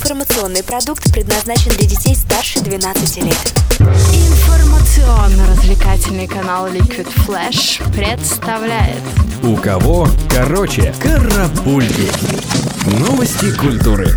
информационный продукт предназначен для детей старше 12 лет. Информационно-развлекательный канал Liquid Flash представляет «У кого короче?» Карапульки. Новости культуры.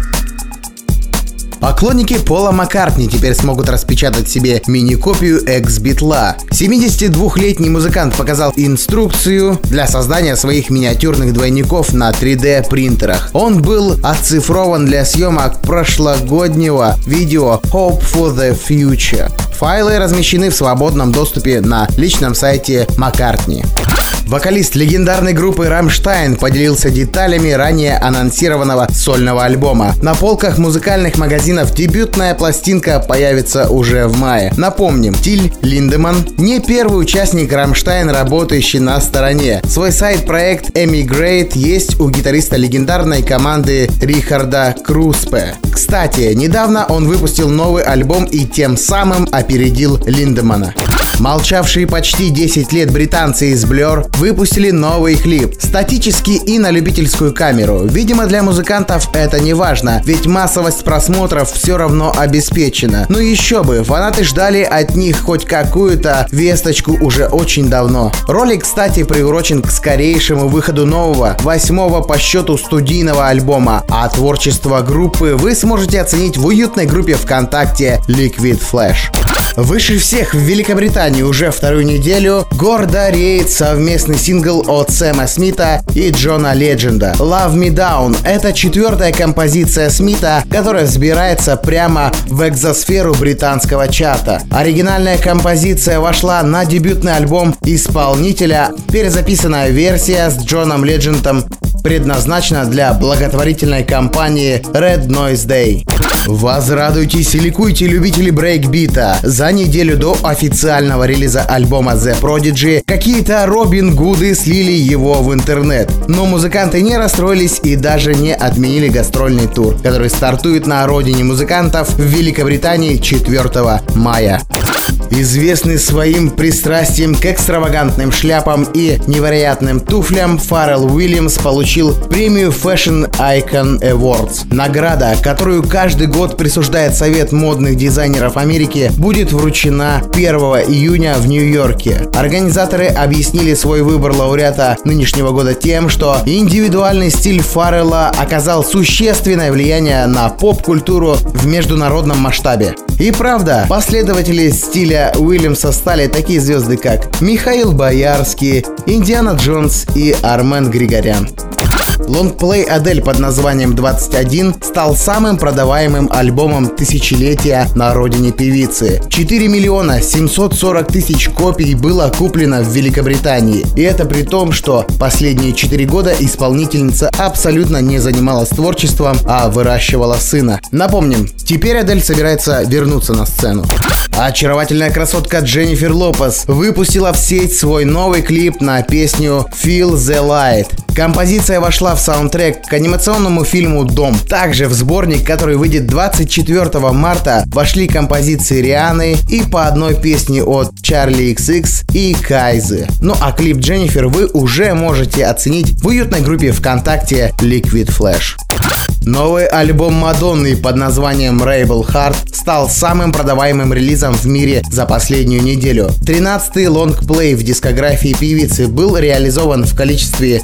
Поклонники Пола Маккартни теперь смогут распечатать себе мини-копию экс-Битла. 72-летний музыкант показал инструкцию для создания своих миниатюрных двойников на 3D-принтерах. Он был оцифрован для съемок прошлогоднего видео Hope for the Future. Файлы размещены в свободном доступе на личном сайте Маккартни. Вокалист легендарной группы Rammstein поделился деталями ранее анонсированного сольного альбома. На полках музыкальных магазинов дебютная пластинка появится уже в мае. Напомним, Тиль Линдеманн не первый участник Rammstein, работающий на стороне. Свой сайт-проект Emigrate есть у гитариста легендарной команды Рихарда Круспе. Кстати, недавно он выпустил новый альбом и тем самым опередил Линдеманна. Молчавшие почти 10 лет британцы из Blur выпустили новый клип. Статический и на любительскую камеру. Видимо, для музыкантов это не важно, ведь массовость просмотров все равно обеспечена. Ну еще бы, фанаты ждали от них хоть какую-то весточку уже очень давно. Ролик, кстати, приурочен к скорейшему выходу нового, 8-го по счету студийного альбома, а творчество группы вы сможете оценить в уютной группе ВКонтакте Liquid Flash. Выше всех в Великобритании уже вторую неделю гордо реет совместный сингл от Сэма Смита и Джона Ледженда. Love Me Down — это 4-я композиция Смита, которая взбирается прямо в экзосферу британского чарта. Оригинальная композиция вошла на дебютный альбом исполнителя. Перезаписанная версия с Джоном Леджендом предназначена для благотворительной кампании Red Noise Day. Возрадуйтесь и ликуйте, любители брейкбита. За неделю до официального релиза альбома The Prodigy какие-то Робин Гуды слили его в интернет. Но музыканты не расстроились и даже не отменили гастрольный тур, который стартует на родине музыкантов в Великобритании 4 мая. Известный своим пристрастием к экстравагантным шляпам и невероятным туфлям, Фаррелл Уильямс получил премию Fashion Icon Awards. Награда, которую каждый год присуждает Совет модных дизайнеров Америки, будет вручена 1 июня в Нью-Йорке. Организаторы объяснили свой выбор лауреата нынешнего года тем, что индивидуальный стиль Фаррелла оказал существенное влияние на поп-культуру в международном масштабе. И правда, последователи стиля Уильямса стали такие звезды, как Михаил Боярский, Индиана Джонс и Армен Григорян. Лонгплей Адель под названием 21 стал самым продаваемым альбомом тысячелетия на родине певицы. 4 миллиона 740 тысяч копий было куплено в Великобритании. И это при том, что последние 4 года исполнительница абсолютно не занималась творчеством, а выращивала сына. Напомним, теперь Адель собирается вернуться на сцену. Очаровательная красотка Дженнифер Лопес выпустила в сеть свой новый клип на песню Feel the Light. Композиция вошла в саундтрек к анимационному фильму «Дом». Также в сборник, который выйдет 24 марта, вошли композиции Рианы и по одной песне от Charli XX и Кайзы. Ну а клип Дженнифер вы уже можете оценить в уютной группе ВКонтакте Liquid Flash. Новый альбом Мадонны под названием Rebel Heart стал самым продаваемым релизом в мире за последнюю неделю. 13-й лонгплей в дискографии певицы был реализован в количестве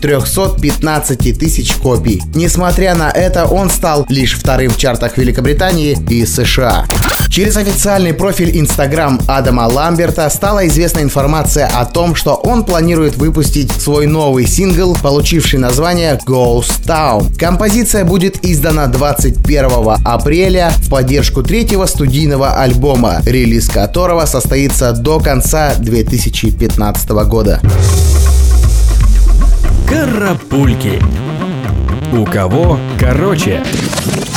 315 тысяч копий. Несмотря на это, он стал лишь вторым в чартах Великобритании и США. Через официальный профиль Instagram Адама Ламберта стала известна информация о том, что он планирует выпустить свой новый сингл, получивший название Ghost Town. Композиция будет издана 21 апреля в поддержку 3-го студийного альбома, релиз которого состоится до конца 2015 года. Карапульки. У кого короче?